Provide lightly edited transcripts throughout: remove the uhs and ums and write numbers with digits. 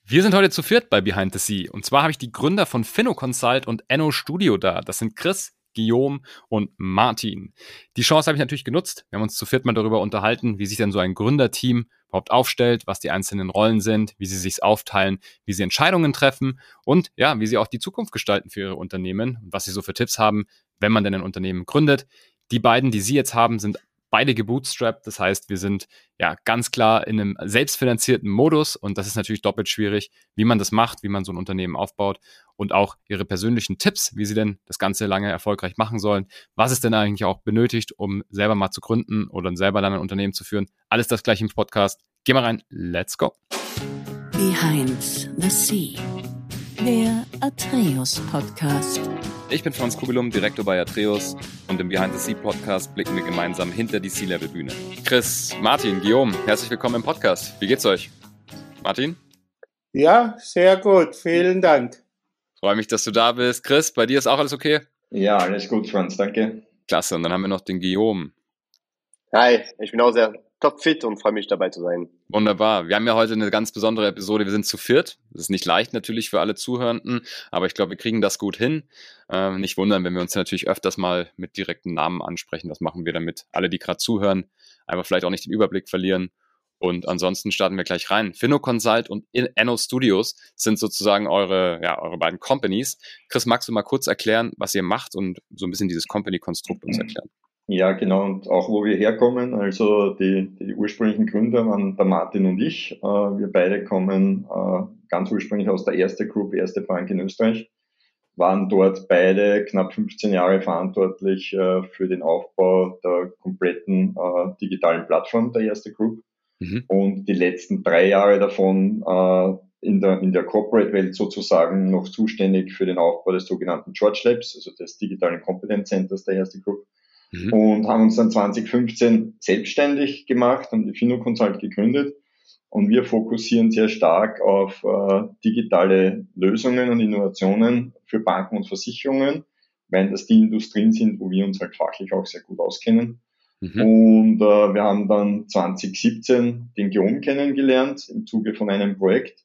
Wir sind heute zu viert bei Behind the Sea. Und zwar habe ich die Gründer von FinnoConsult und Enno Studio da. Das sind Chris, Guillaume und Martin. Die Chance habe ich natürlich genutzt. Wir haben uns zu viert mal darüber unterhalten, wie sich denn so ein Gründerteam überhaupt aufstellt, was die einzelnen Rollen sind, wie sie sich aufteilen, wie sie Entscheidungen treffen und ja, wie sie auch die Zukunft gestalten für ihre Unternehmen und was sie so für Tipps haben, wenn man denn ein Unternehmen gründet. Die beiden, die sie jetzt haben, sind beide gebootstrapped. Das heißt, wir sind ja ganz klar in einem selbstfinanzierten Modus und das ist natürlich doppelt schwierig, wie man das macht, wie man so ein Unternehmen aufbaut und auch ihre persönlichen Tipps, wie sie denn das Ganze lange erfolgreich machen sollen, was es denn eigentlich auch benötigt, um selber mal zu gründen oder selber dann ein Unternehmen zu führen. Alles das gleich im Podcast. Geh mal rein. Let's go. Behind the Sea, der Atreus Podcast. Ich bin Franz Kugelum, Direktor bei Atreus und im Behind the Sea Podcast blicken wir gemeinsam hinter die Sea-Level-Bühne. Chris, Martin, Guillaume, herzlich willkommen im Podcast. Wie geht's euch? Martin? Ja, sehr gut. Vielen Dank. Freue mich, dass du da bist. Chris, bei dir ist auch alles okay? Ja, alles gut, Franz, danke. Klasse, und dann haben wir noch den Guillaume. Hi, ich bin auch sehr topfit und freue mich dabei zu sein. Wunderbar. Wir haben ja heute eine ganz besondere Episode. Wir sind zu viert. Das ist nicht leicht natürlich für alle Zuhörenden, aber ich glaube, wir kriegen das gut hin. Nicht wundern, wenn wir uns natürlich öfters mal mit direkten Namen ansprechen. Das machen wir, damit alle, die gerade zuhören, einfach vielleicht auch nicht den Überblick verlieren. Und ansonsten starten wir gleich rein. FinnoConsult und Enno Studios sind sozusagen eure beiden Companies. Chris, magst du mal kurz erklären, was ihr macht und so ein bisschen dieses Company-Konstrukt uns erklären? Ja, genau, und auch wo wir herkommen, also die ursprünglichen Gründer waren der Martin und ich. Wir beide kommen ganz ursprünglich aus der Erste Group, Erste Bank in Österreich, waren dort beide knapp 15 Jahre verantwortlich für den Aufbau der kompletten digitalen Plattform der Erste Group. Und die letzten 3 Jahre davon in der Corporate-Welt sozusagen noch zuständig für den Aufbau des sogenannten George Labs, also des digitalen Competence Centers der Erste Group. Und haben uns dann 2015 selbstständig gemacht und die FinnoConsult gegründet. Und wir fokussieren sehr stark auf digitale Lösungen und Innovationen für Banken und Versicherungen, weil das die Industrien sind, wo wir uns halt fachlich auch sehr gut auskennen. Und wir haben dann 2017 den Guillaume kennengelernt im Zuge von einem Projekt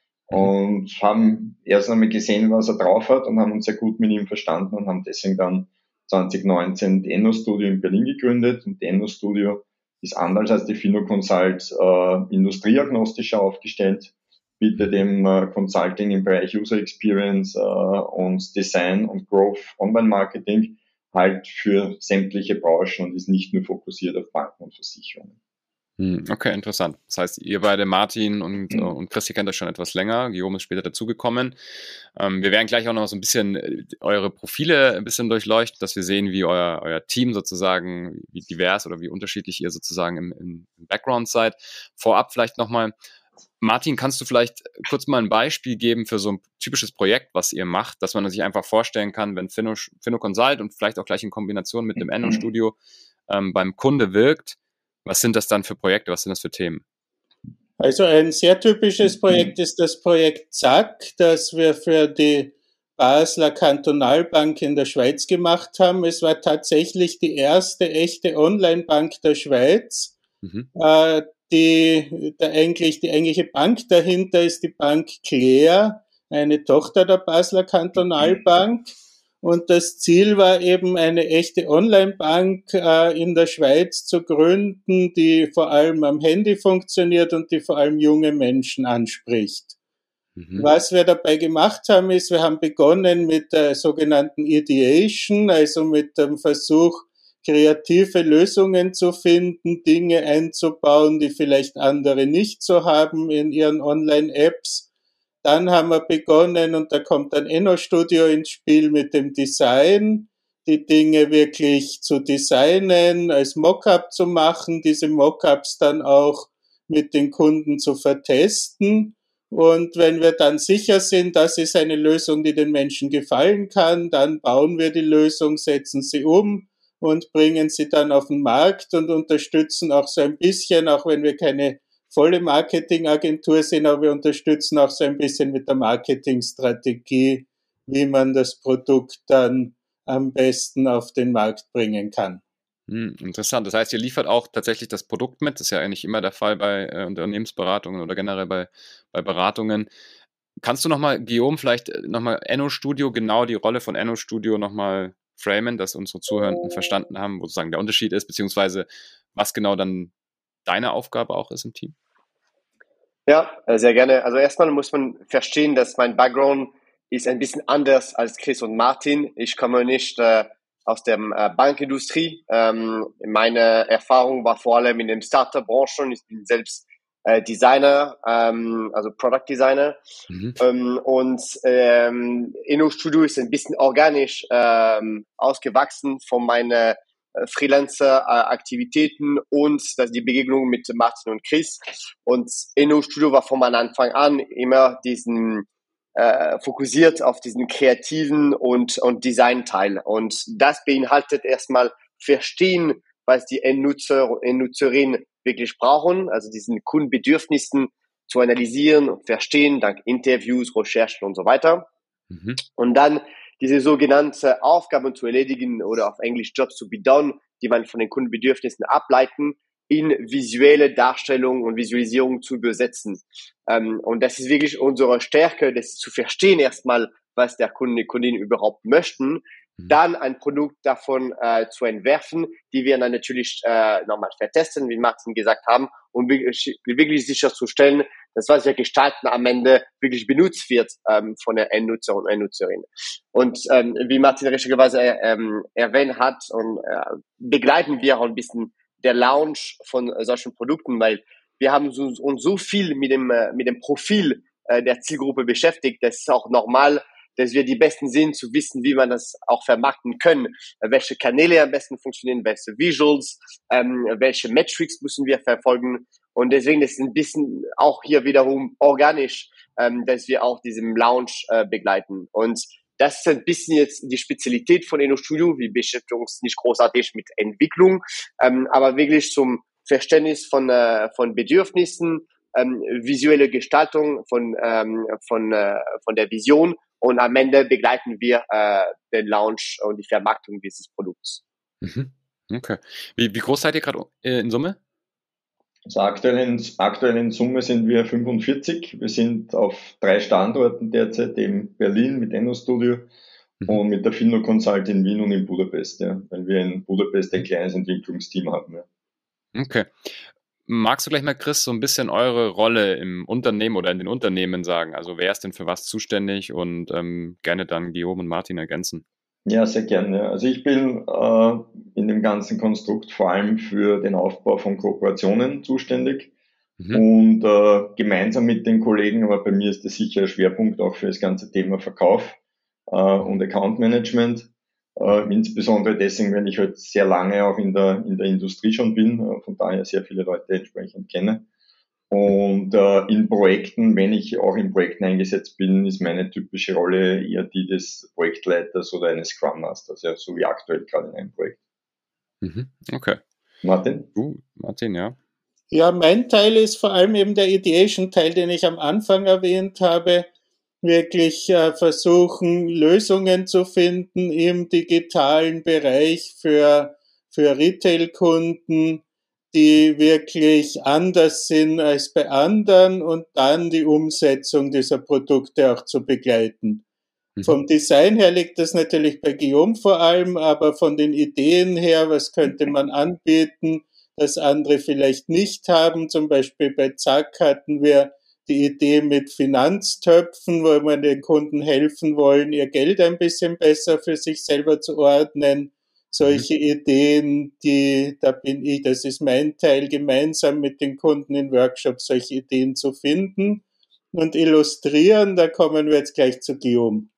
und haben erst einmal gesehen, was er drauf hat und haben uns sehr gut mit ihm verstanden und haben deswegen dann 2019 die Enno Studio in Berlin gegründet und die Enno Studio ist anders als die FinnoConsult industrieagnostischer aufgestellt, bietet dem Consulting im Bereich User Experience und Design und Growth Online Marketing halt für sämtliche Branchen und ist nicht nur fokussiert auf Banken und Versicherungen. Okay, interessant. Das heißt, ihr beide, Martin und Chris, ihr kennt euch schon etwas länger. Guillaume ist später dazugekommen. Wir werden gleich auch noch so ein bisschen eure Profile ein bisschen durchleuchten, dass wir sehen, wie euer Team sozusagen, wie divers oder wie unterschiedlich ihr sozusagen im Background seid. Vorab vielleicht nochmal, Martin, kannst du vielleicht kurz mal ein Beispiel geben für so ein typisches Projekt, was ihr macht, dass man sich einfach vorstellen kann, wenn FinnoConsult und vielleicht auch gleich in Kombination mit dem Enno Studio beim Kunde wirkt. Was sind das dann für Projekte? Was sind das für Themen? Also ein sehr typisches Projekt ist das Projekt ZAK, das wir für die Basler Kantonalbank in der Schweiz gemacht haben. Es war tatsächlich die erste echte Online-Bank der Schweiz. Die eigentliche Bank dahinter ist die Bank Claire, eine Tochter der Basler Kantonalbank. Und das Ziel war eben, eine echte Online-Bank in der Schweiz zu gründen, die vor allem am Handy funktioniert und die vor allem junge Menschen anspricht. Was wir dabei gemacht haben, ist, wir haben begonnen mit der sogenannten Ideation, also mit dem Versuch, kreative Lösungen zu finden, Dinge einzubauen, die vielleicht andere nicht so haben in ihren Online-Apps. Dann haben wir begonnen, und da kommt dann Enno Studio ins Spiel mit dem Design, die Dinge wirklich zu designen, als Mockup zu machen, diese Mockups dann auch mit den Kunden zu vertesten. Und wenn wir dann sicher sind, das ist eine Lösung, die den Menschen gefallen kann, dann bauen wir die Lösung, setzen sie um und bringen sie dann auf den Markt und unterstützen auch so ein bisschen, auch wenn wir keine volle Marketingagentur sind, aber wir unterstützen auch so ein bisschen mit der Marketingstrategie, wie man das Produkt dann am besten auf den Markt bringen kann. Interessant. Das heißt, ihr liefert auch tatsächlich das Produkt mit. Das ist ja eigentlich immer der Fall bei Unternehmensberatungen oder generell bei Beratungen. Kannst du nochmal, Guillaume, vielleicht nochmal Enno Studio, genau die Rolle von Enno Studio nochmal framen, dass unsere Zuhörenden verstanden haben, wo sozusagen der Unterschied ist, beziehungsweise was genau dann deine Aufgabe auch ist im Team? Ja, sehr gerne. Also erstmal muss man verstehen, dass mein Background ist ein bisschen anders als Chris und Martin. Ich komme nicht aus der Bankindustrie. Meine Erfahrung war vor allem in der Startup-Branche. Ich bin selbst Designer, also Product Designer. Und Enno Studio ist ein bisschen organisch ausgewachsen von meinen Freelancer-Aktivitäten und die Begegnung mit Martin und Chris. Und Enno Studio war von Anfang an immer fokussiert auf diesen kreativen und Design-Teil. Und das beinhaltet erstmal verstehen, was die Endnutzer und Endnutzerinnen wirklich brauchen, also diesen Kundenbedürfnissen zu analysieren und verstehen, dank Interviews, Recherchen und so weiter. Und dann diese sogenannte Aufgaben zu erledigen oder auf Englisch Jobs to be done, die man von den Kundenbedürfnissen ableiten, in visuelle Darstellung und Visualisierung zu übersetzen. Und das ist wirklich unsere Stärke, das zu verstehen erstmal, was der Kunde, die Kundin überhaupt möchten, dann ein Produkt davon zu entwerfen, die wir dann natürlich nochmal vertesten, wie Martin gesagt haben, um wirklich sicherzustellen, dass was wir gestalten am Ende wirklich benutzt wird von der Endnutzer und Endnutzerin. Und wie Martin richtigerweise erwähnt hat, und begleiten wir auch ein bisschen der Launch von solchen Produkten, weil wir haben uns so viel mit dem Profil der Zielgruppe beschäftigt, das ist auch normal, dass wir die Besten sind, zu wissen, wie man das auch vermarkten können, welche Kanäle am besten funktionieren, welche Visuals, welche Metrics müssen wir verfolgen. Und deswegen ist es ein bisschen auch hier wiederum organisch, dass wir auch diesen Launch begleiten. Und das ist ein bisschen jetzt die Spezialität von Enno Studio. Wir beschäftigen uns nicht großartig mit Entwicklung, aber wirklich zum Verständnis von Bedürfnissen, visuelle Gestaltung von der Vision. Und am Ende begleiten wir den Launch und die Vermarktung dieses Produkts. Okay. Wie groß seid ihr gerade in Summe? Also aktuell in Summe sind wir 45. Wir sind auf 3 Standorten derzeit, eben Berlin mit Enno Studio und mit der Finno Consult in Wien und in Budapest, ja, weil wir in Budapest ein kleines Entwicklungsteam haben. Ja. Okay. Magst du gleich mal, Chris, so ein bisschen eure Rolle im Unternehmen oder in den Unternehmen sagen? Also wer ist denn für was zuständig und gerne dann Guillaume und Martin ergänzen. Ja, sehr gerne. Also ich bin in dem ganzen Konstrukt vor allem für den Aufbau von Kooperationen zuständig und gemeinsam mit den Kollegen, aber bei mir ist das sicher ein Schwerpunkt auch für das ganze Thema Verkauf und Account Management. Insbesondere deswegen, weil ich halt sehr lange auch in der Industrie schon bin, von daher sehr viele Leute entsprechend kenne. Und in Projekten, wenn ich auch in Projekten eingesetzt bin, ist meine typische Rolle eher die des Projektleiters oder eines Scrum Masters, ja, so wie aktuell gerade in einem Projekt. Okay. Martin? Martin, ja. Ja, mein Teil ist vor allem eben der Ideation-Teil, den ich am Anfang erwähnt habe. Wirklich versuchen, Lösungen zu finden im digitalen Bereich für Retail-Kunden, die wirklich anders sind als bei anderen und dann die Umsetzung dieser Produkte auch zu begleiten. Vom Design her liegt das natürlich bei Guillaume vor allem, aber von den Ideen her, was könnte man anbieten, das andere vielleicht nicht haben. Zum Beispiel bei Zack hatten wir die Idee mit Finanztöpfen, wo wir den Kunden helfen wollen, ihr Geld ein bisschen besser für sich selber zu ordnen. Solche Ideen, das ist mein Teil, gemeinsam mit den Kunden in Workshops solche Ideen zu finden und illustrieren. Da kommen wir jetzt gleich zu Guillaume.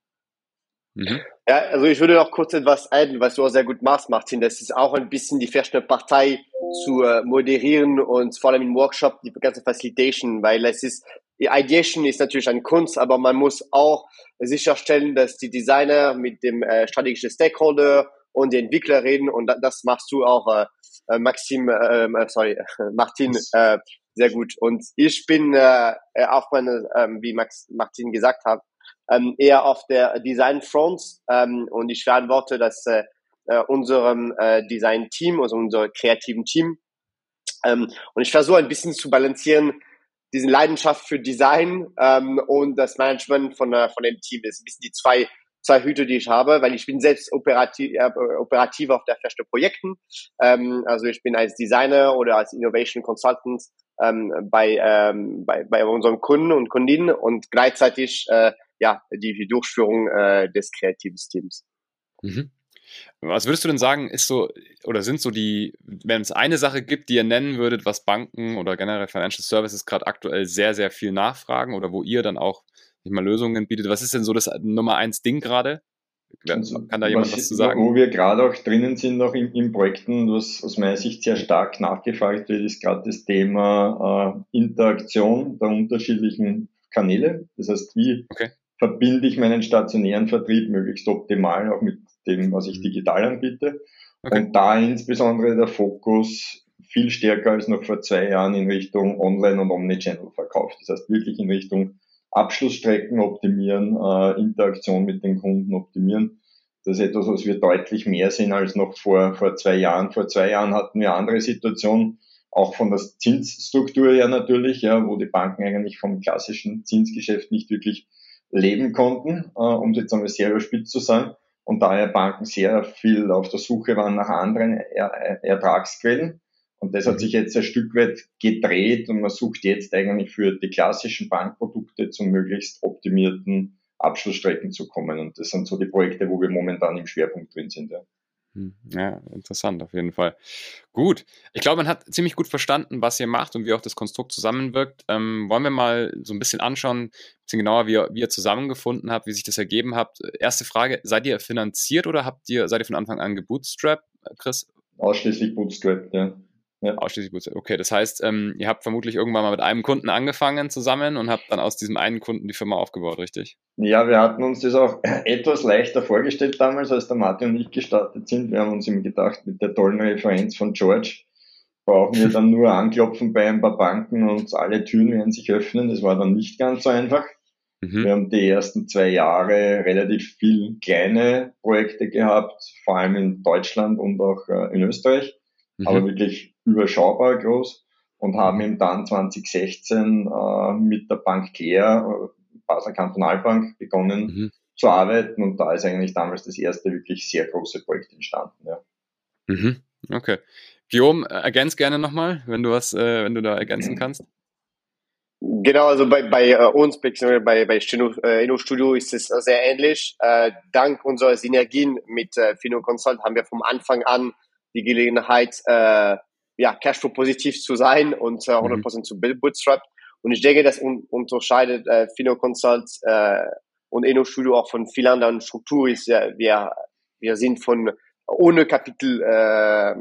Ja, also ich würde noch kurz etwas adden, was du auch sehr gut machst, Martin. Das ist auch ein bisschen die verschiedene Partei zu moderieren und vor allem im Workshop die ganze Facilitation, weil die Ideation ist natürlich eine Kunst, aber man muss auch sicherstellen, dass die Designer mit dem strategischen Stakeholder und die Entwickler reden und das machst du auch, Martin, sehr gut. Und ich bin auf meine, wie Martin gesagt hat, eher auf der Design Front und ich verantworte das unserem Design-Team, also unser kreativen Team. Und ich versuche ein bisschen zu balancieren, diese Leidenschaft für Design und das Management von dem Team. Das sind ein bisschen die zwei Hüte, die ich habe, weil ich bin selbst operativ auf der verschiedenen Projekten. Also ich bin als Designer oder als Innovation Consultant bei unseren Kunden und Kundinnen und gleichzeitig die Durchführung des kreativen Teams. Mhm. Was würdest du denn sagen, ist so, oder sind so die, wenn es eine Sache gibt, die ihr nennen würdet, was Banken oder generell Financial Services gerade aktuell sehr, sehr viel nachfragen oder wo ihr dann auch nicht mal Lösungen bietet, was ist denn so das Nummer 1 Ding gerade? Kann da jemand was zu sagen? Wo wir gerade auch drinnen sind, noch in Projekten, was aus meiner Sicht sehr stark nachgefragt wird, ist gerade das Thema Interaktion der unterschiedlichen Kanäle. Das heißt, wie verbinde ich meinen stationären Vertrieb möglichst optimal auch mit dem, was ich digital anbiete. Und da insbesondere der Fokus viel stärker als noch vor 2 Jahren in Richtung Online- und Omnichannel-Verkauf. Das heißt wirklich in Richtung Abschlussstrecken optimieren, Interaktion mit den Kunden optimieren. Das ist etwas, was wir deutlich mehr sehen als noch vor 2 Jahren. Vor 2 Jahren hatten wir andere Situationen, auch von der Zinsstruktur her natürlich, wo die Banken eigentlich vom klassischen Zinsgeschäft nicht wirklich leben konnten, um es jetzt einmal sehr überspitzt zu sagen. Und daher Banken sehr viel auf der Suche waren nach anderen Ertragsquellen. Und das hat sich jetzt ein Stück weit gedreht und man sucht jetzt eigentlich für die klassischen Bankprodukte zu möglichst optimierten Abschlussstrecken zu kommen. Und das sind so die Projekte, wo wir momentan im Schwerpunkt drin sind. Ja, interessant auf jeden Fall. Gut, ich glaube, man hat ziemlich gut verstanden, was ihr macht und wie auch das Konstrukt zusammenwirkt. Wollen wir mal so ein bisschen anschauen, ein bisschen genauer, wie ihr zusammengefunden habt, wie sich das ergeben habt. Erste Frage, seid ihr finanziert oder seid ihr von Anfang an gebootstrapped, Chris? Ausschließlich bootstrapped, ja. Ausschließlich Bootstrap. Okay, das heißt, ihr habt vermutlich irgendwann mal mit einem Kunden angefangen zusammen und habt dann aus diesem einen Kunden die Firma aufgebaut, richtig? Ja, wir hatten uns das auch etwas leichter vorgestellt damals, als der Martin und ich gestartet sind. Wir haben uns eben gedacht, mit der tollen Referenz von George brauchen wir dann nur anklopfen bei ein paar Banken und alle Türen werden sich öffnen. Das war dann nicht ganz so einfach. Wir haben die ersten 2 Jahre relativ viel kleine Projekte gehabt, vor allem in Deutschland und auch in Österreich. Aber wirklich überschaubar groß und haben eben dann 2016 mit der Bank Clare, Basler Kantonalbank, begonnen zu arbeiten und da ist eigentlich damals das erste wirklich sehr große Projekt entstanden. Ja. Okay. Guillaume, ergänz gerne nochmal, wenn du da ergänzen kannst. Genau, also bei uns, beziehungsweise bei InnoStudio ist es sehr ähnlich. Dank unserer Synergien mit FinoConsult haben wir vom Anfang an die Gelegenheit, Cashflow positiv zu sein und 100% zu bootstrap. Und ich denke, das unterscheidet FinoConsult und InnoStudio auch von vielen anderen Strukturen. Wir sind ohne Kapital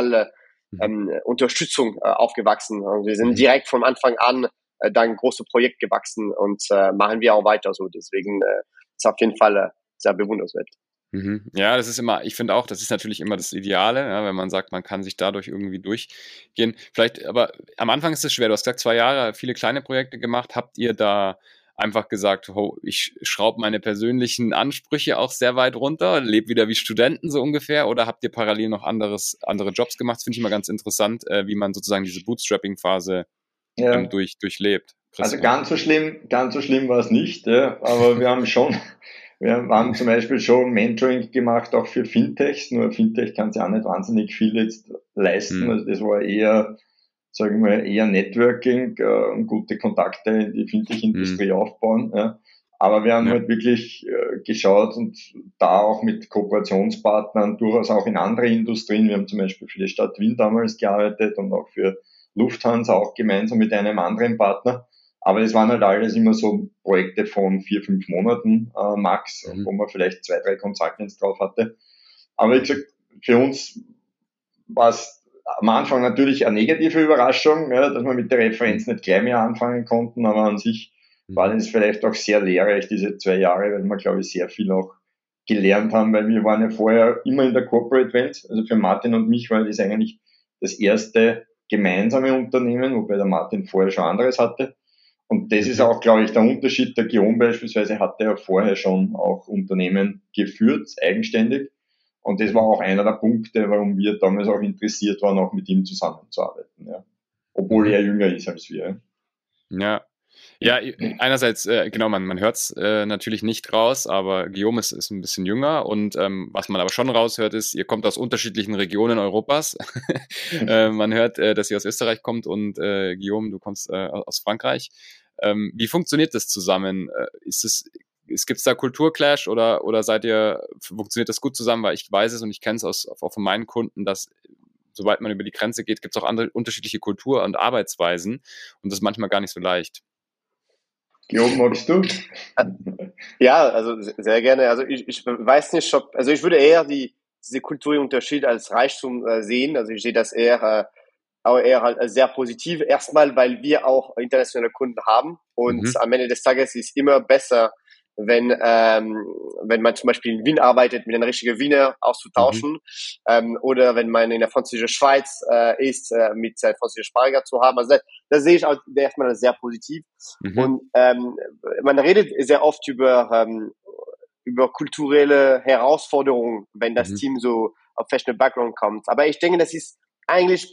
Unterstützung aufgewachsen. Also wir sind direkt von Anfang an dann große Projekt gewachsen und machen wir auch weiter so. Deswegen ist auf jeden Fall sehr bewundernswert. Ja, das ist immer, ich finde auch, das ist natürlich immer das Ideale, ja, wenn man sagt, man kann sich dadurch irgendwie durchgehen. Vielleicht, aber am Anfang ist es schwer. Du hast gesagt, 2 Jahre, viele kleine Projekte gemacht. Habt ihr da einfach gesagt, ich schraube meine persönlichen Ansprüche auch sehr weit runter, lebe wieder wie Studenten so ungefähr, oder habt ihr parallel noch andere Jobs gemacht? Das finde ich immer ganz interessant, wie man sozusagen diese Bootstrapping-Phase durchlebt. Also ganz so schlimm war es nicht, aber wir haben zum Beispiel schon Mentoring gemacht, auch für Fintechs, nur Fintech kann sich auch nicht wahnsinnig viel jetzt leisten. Also das war eher Networking und gute Kontakte in die Fintech-Industrie aufbauen. Ja. Aber wir haben halt wirklich geschaut und da auch mit Kooperationspartnern, durchaus auch in andere Industrien. Wir haben zum Beispiel für die Stadt Wien damals gearbeitet und auch für Lufthansa auch gemeinsam mit einem anderen Partner. Aber das waren halt alles immer so Projekte von 4-5 Monaten max, wo man vielleicht 2-3 Consultants drauf hatte. Aber wie gesagt, für uns war es am Anfang natürlich eine negative Überraschung, dass wir mit der Referenz nicht gleich mehr anfangen konnten, aber an sich war das vielleicht auch sehr lehrreich, diese 2 Jahre, weil wir, glaube ich, sehr viel auch gelernt haben, weil wir waren ja vorher immer in der Corporate Welt. Also für Martin und mich war das eigentlich das erste gemeinsame Unternehmen, wobei der Martin vorher schon anderes hatte. Und das ist auch, glaube ich, der Unterschied. Der Guillaume beispielsweise hatte ja vorher schon auch Unternehmen geführt, eigenständig. Und das war auch einer der Punkte, warum wir damals auch interessiert waren, auch mit ihm zusammenzuarbeiten. Ja. Obwohl er jünger ist als wir. Ja, einerseits, genau, man hört es natürlich nicht raus, aber Guillaume ist ein bisschen jünger und was man aber schon raushört ist, ihr kommt aus unterschiedlichen Regionen Europas. Man hört, dass ihr aus Österreich kommt und Guillaume, du kommst aus Frankreich. Wie funktioniert das zusammen? Gibt es da Kulturclash oder funktioniert das gut zusammen? Weil ich weiß es und ich kenne es auch von meinen Kunden, dass sobald man über die Grenze geht, gibt es auch andere unterschiedliche Kultur- und Arbeitsweisen und das ist manchmal gar nicht so leicht. Guillaume, magst du? Ja, also sehr gerne. Also ich weiß nicht, also ich würde eher diese kulturellen Unterschied als Reichtum sehen. Also ich sehe das eher halt sehr positiv. Erstmal, weil wir auch internationale Kunden haben und am Ende des Tages ist immer besser, wenn man zum Beispiel in Wien arbeitet, mit einem richtigen Wiener auszutauschen, oder wenn man in der französischen Schweiz ist, mit französischen Sprache zu haben. Also das sehe ich auch erstmal sehr positiv. Und man redet sehr oft über kulturelle Herausforderungen, wenn das Team so auf verschiedene Background kommt. Aber ich denke, das ist eigentlich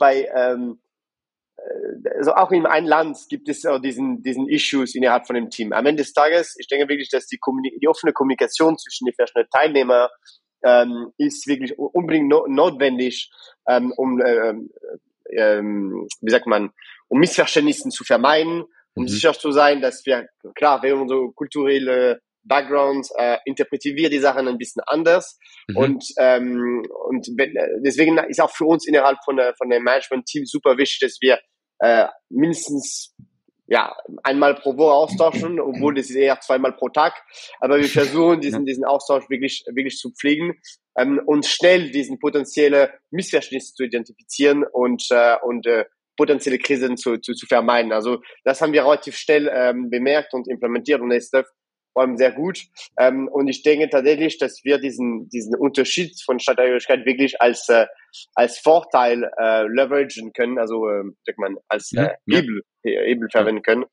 also auch in einem Land gibt es auch diesen Issues innerhalb von dem Team. Am Ende des Tages, ich denke wirklich, dass die offene Kommunikation zwischen den verschiedenen Teilnehmern ist wirklich unbedingt notwendig, um Missverständnissen zu vermeiden, um sicher zu sein, dass wir, klar, wenn unsere kulturelle Backgrounds interpretieren wir die Sachen ein bisschen anders und deswegen ist auch für uns innerhalb von der Management-Team super wichtig, dass wir mindestens einmal pro Woche austauschen, obwohl das ist eher zweimal pro Tag, aber wir versuchen diesen Austausch wirklich zu pflegen und schnell diesen potenzielle Missverständnisse zu identifizieren und potenzielle Krisen zu vermeiden. Also das haben wir relativ schnell bemerkt und implementiert und es läuft vor allem sehr gut. Und ich denke tatsächlich, dass wir diesen Unterschied von Staatsangehörigkeit wirklich als Vorteil leveragen können, also als Hebel verwenden können.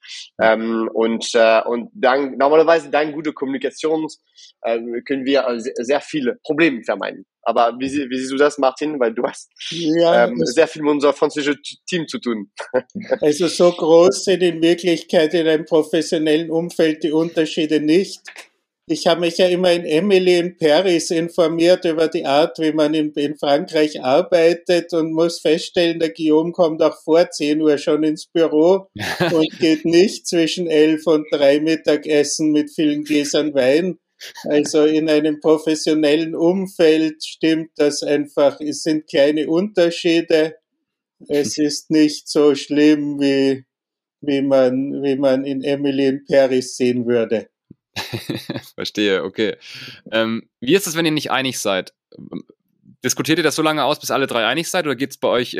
Und normalerweise dank guter Kommunikation können wir sehr viele Probleme vermeiden. Aber wie siehst du das, Martin? Weil du hast sehr viel mit unserem französischen Team zu tun. Also so groß sind in Wirklichkeit in einem professionellen Umfeld die Unterschiede nicht. Ich habe mich ja immer in Emily in Paris informiert über die Art, wie man in Frankreich arbeitet und muss feststellen, der Guillaume kommt auch vor 10 Uhr schon ins Büro und geht nicht zwischen 11 und 3 Mittagessen mit vielen Gläsern Wein. Also in einem professionellen Umfeld stimmt das einfach. Es sind kleine Unterschiede. Es ist nicht so schlimm, wie man in Emily in Paris sehen würde. Verstehe, okay. Wie ist es, wenn ihr nicht einig seid? Diskutiert ihr das so lange aus, bis alle 3 einig seid, oder geht es bei euch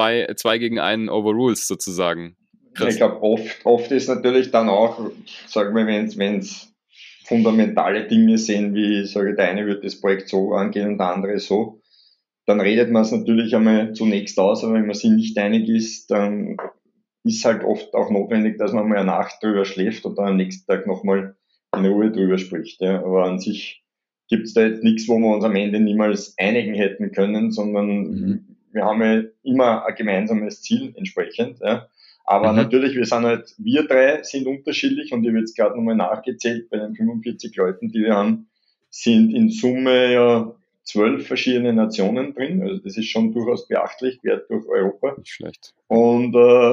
2 gegen 1 Overrules sozusagen? Chris? Ich glaube, oft ist natürlich dann auch, sagen wir, wenn es fundamentale Dinge sind, wie, der eine wird das Projekt so angehen und der andere so, dann redet man es natürlich einmal zunächst aus, aber wenn man sich nicht einig ist, dann ist halt oft auch notwendig, dass man mal eine Nacht drüber schläft und dann am nächsten Tag nochmal in Ruhe drüber spricht. Ja. Aber an sich gibt es da jetzt nichts, wo wir uns am Ende niemals einigen hätten können, sondern wir haben ja immer ein gemeinsames Ziel entsprechend. Ja. Aber natürlich, wir 3 sind unterschiedlich und ich habe jetzt gerade nochmal nachgezählt, bei den 45 Leuten, die wir haben, sind in Summe ja 12 verschiedene Nationen drin. Also das ist schon durchaus beachtlich, quer durch Europa. Nicht schlecht. Und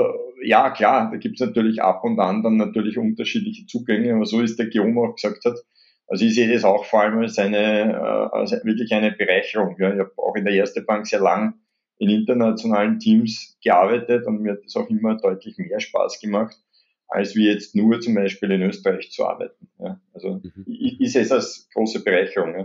ja, klar, da gibt es natürlich ab und an dann natürlich unterschiedliche Zugänge, aber so ist der Guillaume auch gesagt hat. Also ich sehe das auch vor allem als wirklich eine Bereicherung. Ja. Ich habe auch in der Erste Bank sehr lang in internationalen Teams gearbeitet und mir hat das auch immer deutlich mehr Spaß gemacht, als wie jetzt nur zum Beispiel in Österreich zu arbeiten. Ja. Also ich sehe es als große Bereicherung.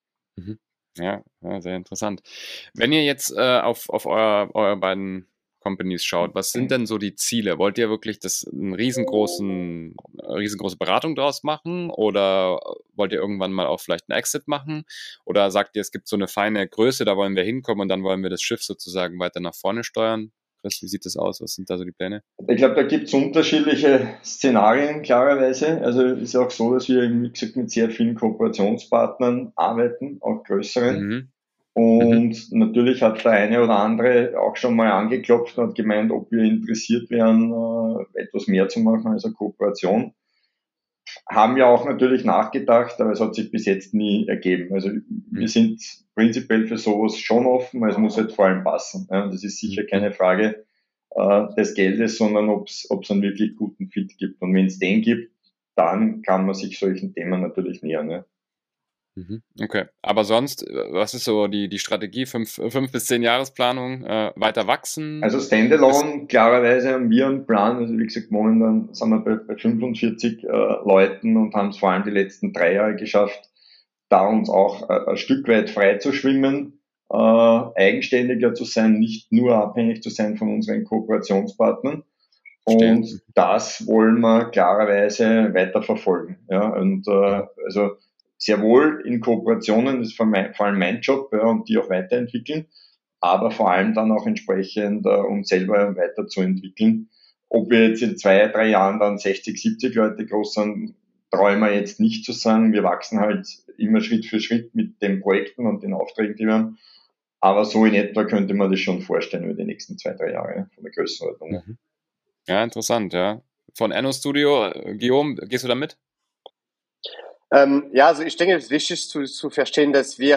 Ja. Ja, sehr interessant. Wenn ihr jetzt auf eure beiden Companies schaut, was sind denn so die Ziele? Wollt ihr wirklich eine riesengroße Beratung draus machen oder wollt ihr irgendwann mal auch vielleicht einen Exit machen? Oder sagt ihr, es gibt so eine feine Größe, da wollen wir hinkommen und dann wollen wir das Schiff sozusagen weiter nach vorne steuern? Chris, wie sieht das aus? Was sind da so die Pläne? Ich glaube, da gibt es unterschiedliche Szenarien, klarerweise. Also es ist auch so, dass wir, wie gesagt, mit sehr vielen Kooperationspartnern arbeiten, auch größeren. Und natürlich hat der eine oder andere auch schon mal angeklopft und hat gemeint, ob wir interessiert wären, etwas mehr zu machen als eine Kooperation. Haben ja auch natürlich nachgedacht, aber es hat sich bis jetzt nie ergeben. Also wir sind prinzipiell für sowas schon offen, es muss halt vor allem passen. Ja, das ist sicher keine Frage des Geldes, sondern ob es einen wirklich guten Fit gibt. Und wenn es den gibt, dann kann man sich solchen Themen natürlich nähern. Ja. Okay, aber sonst, was ist so die Strategie? 5 bis 10 Jahresplanung, weiter wachsen? Also Standalone, klarerweise haben wir einen Plan, also wie gesagt, momentan sind wir bei 45 Leuten und haben es vor allem die letzten 3 Jahre geschafft, da uns auch ein Stück weit frei zu schwimmen, eigenständiger zu sein, nicht nur abhängig zu sein von unseren Kooperationspartnern. Und das wollen wir klarerweise weiterverfolgen. Ja, und also sehr wohl in Kooperationen, das ist vor allem mein Job, ja, und die auch weiterentwickeln, aber vor allem dann auch entsprechend uns selber weiterzuentwickeln. Ob wir jetzt in 2, 3 Jahren dann 60, 70 Leute groß sind, traue ich mir jetzt nicht zu sagen. Wir wachsen halt immer Schritt für Schritt mit den Projekten und den Aufträgen, die wir haben. Aber so in etwa könnte man das schon vorstellen über die nächsten 2, 3 Jahre von der Größenordnung. Ja, interessant, ja. Von Enno Studio, Guillaume, gehst du da mit? Ja, also ich denke, es ist wichtig zu verstehen, dass wir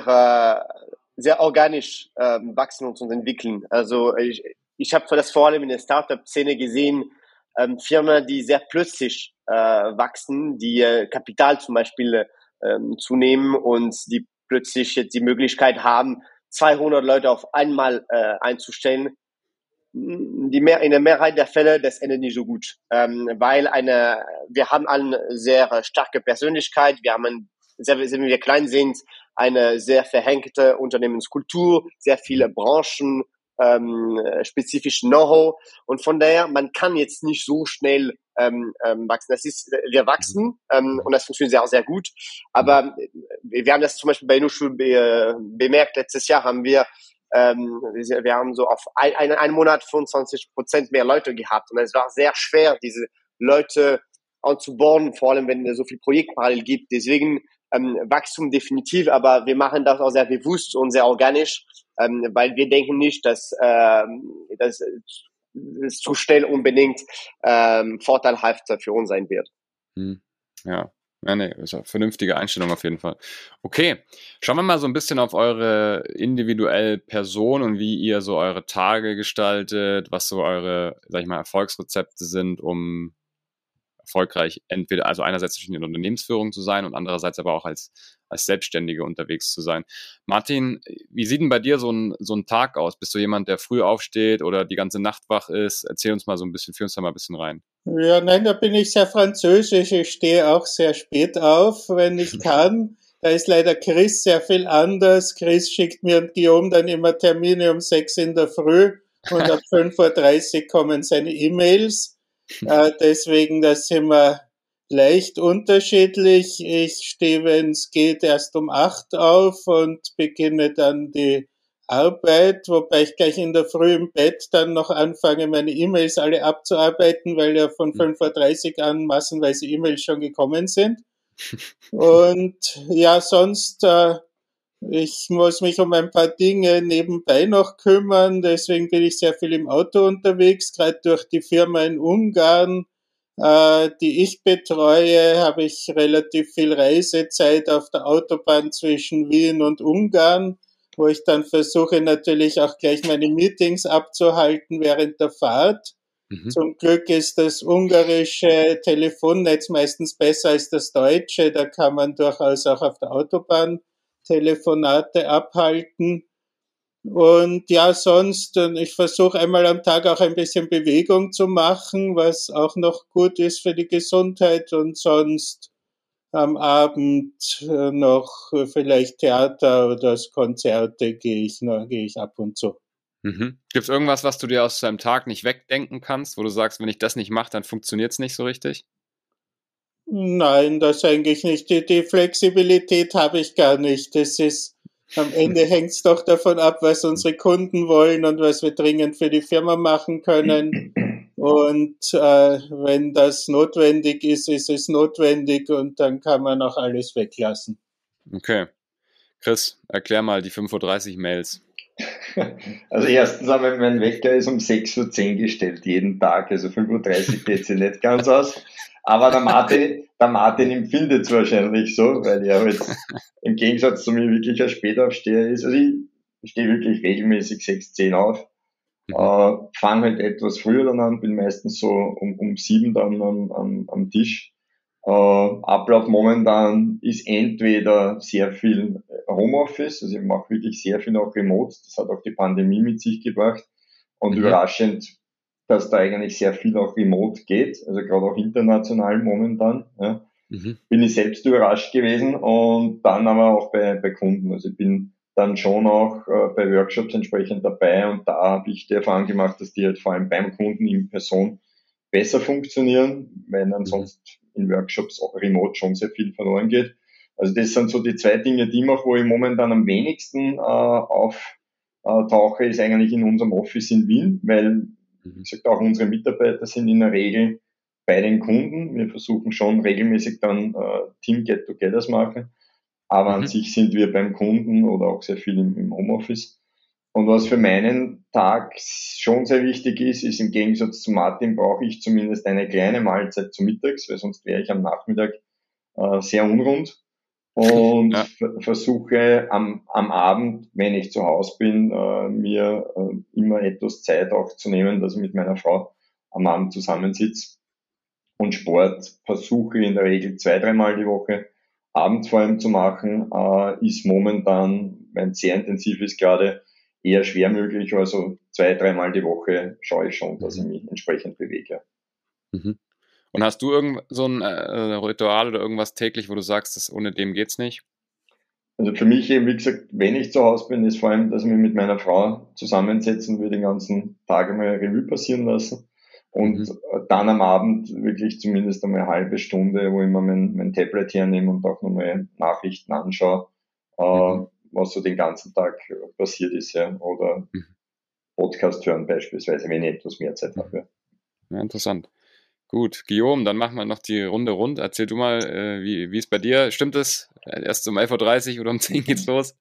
sehr organisch wachsen und uns entwickeln. Also ich habe das vor allem in der Startup-Szene gesehen, Firmen, die sehr plötzlich wachsen, die Kapital zum Beispiel zunehmen und die plötzlich jetzt die Möglichkeit haben, 200 Leute auf einmal einzustellen. In der Mehrheit der Fälle, das endet nicht so gut, weil wir haben eine sehr starke Persönlichkeit, wir haben wenn wir klein sind, eine sehr verhängte Unternehmenskultur, sehr viele Branchen, spezifischen Know-how und von daher, man kann jetzt nicht so schnell wachsen. Wir wachsen und das funktioniert sehr, sehr gut, aber wir haben das zum Beispiel bei InnoSchul bemerkt, letztes Jahr haben wir haben so auf einen Monat 25% mehr Leute gehabt und es war sehr schwer, diese Leute anzuborden, vor allem wenn es so viel Projekt parallel gibt. Deswegen Wachstum definitiv, aber wir machen das auch sehr bewusst und sehr organisch, weil wir denken nicht, dass es zu schnell unbedingt vorteilhaft für uns sein wird. Ja. Ja, nee, ist eine vernünftige Einstellung auf jeden Fall. Okay, schauen wir mal so ein bisschen auf eure individuelle Person und wie ihr so eure Tage gestaltet, was so eure, sag ich mal, Erfolgsrezepte sind, um erfolgreich entweder, also einerseits in der Unternehmensführung zu sein und andererseits aber auch als Selbstständige unterwegs zu sein. Martin, wie sieht denn bei dir so ein Tag aus? Bist du jemand, der früh aufsteht oder die ganze Nacht wach ist? Erzähl uns mal so ein bisschen, führ uns da mal ein bisschen rein. Ja, nein, da bin ich sehr französisch. Ich stehe auch sehr spät auf, wenn ich kann. Da ist leider Chris sehr viel anders. Chris schickt mir und Guillaume dann immer Termine um 6 in der Früh und ab 5:30 Uhr kommen seine E-Mails. Deswegen, da sind wir leicht unterschiedlich. Ich stehe, wenn es geht, erst um 8 auf und beginne dann die Arbeit, wobei ich gleich in der Früh im Bett dann noch anfange, meine E-Mails alle abzuarbeiten, weil ja von 5:30 Uhr an massenweise E-Mails schon gekommen sind. Und ja, sonst, ich muss mich um ein paar Dinge nebenbei noch kümmern, deswegen bin ich sehr viel im Auto unterwegs, gerade durch die Firma in Ungarn, die ich betreue, habe ich relativ viel Reisezeit auf der Autobahn zwischen Wien und Ungarn, wo ich dann versuche natürlich auch gleich meine Meetings abzuhalten während der Fahrt. Zum Glück ist das ungarische Telefonnetz meistens besser als das deutsche, da kann man durchaus auch auf der Autobahn Telefonate abhalten. Und ja, sonst, ich versuche einmal am Tag auch ein bisschen Bewegung zu machen, was auch noch gut ist für die Gesundheit und sonst am Abend noch vielleicht Theater oder Konzerte gehe ich ab und zu. Gibt es irgendwas, was du dir aus deinem Tag nicht wegdenken kannst, wo du sagst, wenn ich das nicht mache, dann funktioniert es nicht so richtig? Nein, das eigentlich nicht. Die Flexibilität habe ich gar nicht. Das ist, am Ende hängt es doch davon ab, was unsere Kunden wollen und was wir dringend für die Firma machen können. Und wenn das notwendig ist, ist es notwendig und dann kann man auch alles weglassen. Okay. Chris, erklär mal die 5:30 Uhr Mails. Also erstens einmal, mein Wecker ist um 6:10 Uhr gestellt, jeden Tag. Also 5:30 Uhr geht sie nicht ganz aus. Aber der Martin empfindet es wahrscheinlich so, weil er halt im Gegensatz zu mir wirklich ein Spätaufsteher ist. Also ich stehe wirklich regelmäßig 6:10 Uhr auf. Fange halt etwas früher dann an, bin meistens so um 7 dann am Tisch. Ablauf momentan ist entweder sehr viel Homeoffice, also ich mache wirklich sehr viel auch remote, das hat auch die Pandemie mit sich gebracht und überraschend, dass da eigentlich sehr viel auch remote geht, also gerade auch international momentan, ja. Bin ich selbst überrascht gewesen und dann aber auch bei Kunden, also ich bin dann schon auch bei Workshops entsprechend dabei und da habe ich die Erfahrung gemacht, dass die halt vor allem beim Kunden in Person besser funktionieren, weil ansonsten in Workshops auch remote schon sehr viel verloren geht. Also das sind so die zwei Dinge, die ich mache, wo ich momentan am wenigsten auftauche, ist eigentlich in unserem Office in Wien, weil, wie gesagt, auch unsere Mitarbeiter sind in der Regel bei den Kunden. Wir versuchen schon regelmäßig dann Team-Get-Togethers machen, aber an sich sind wir beim Kunden oder auch sehr viel im Homeoffice. Und was für meinen Tag schon sehr wichtig ist im Gegensatz zu Martin brauche ich zumindest eine kleine Mahlzeit zu mittags, weil sonst wäre ich am Nachmittag sehr unrund. Und versuche am Abend, wenn ich zu Hause bin, mir immer etwas Zeit auch zu nehmen, dass ich mit meiner Frau am Abend zusammensitze. Und Sport versuche in der Regel 2-3 Mal die Woche abends vor allem zu machen, ist momentan, wenn es sehr intensiv ist, gerade eher schwer möglich. Also 2-3 Mal die Woche schaue ich schon, dass ich mich entsprechend bewege. Und hast du irgend so ein Ritual oder irgendwas täglich, wo du sagst, ohne dem geht's nicht? Also für mich eben, wie gesagt, wenn ich zu Hause bin, ist vor allem, dass ich mich mit meiner Frau zusammensetzen will, den ganzen Tag einmal Revue passieren lassen. Und dann am Abend wirklich zumindest einmal eine halbe Stunde, wo ich mir mein Tablet hernehme und auch nochmal Nachrichten anschaue, was so den ganzen Tag passiert ist, ja. Oder Podcast hören beispielsweise, wenn ich etwas mehr Zeit habe. Ja, interessant. Gut, Guillaume, dann machen wir noch die Runde rund. Erzähl du mal, wie ist bei dir? Stimmt es? Erst um 11:30 Uhr oder um 10 Uhr geht's los?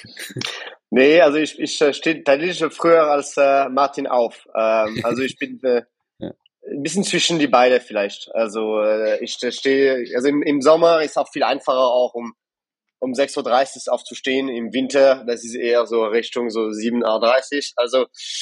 Nee, also ich stehe tatsächlich früher als Martin auf. Also ich bin ein bisschen zwischen die beiden vielleicht. Also ich stehe, also im Sommer ist auch viel einfacher auch um 6:30 Uhr aufzustehen. Im Winter, das ist eher so Richtung so 7:30 Uhr. Also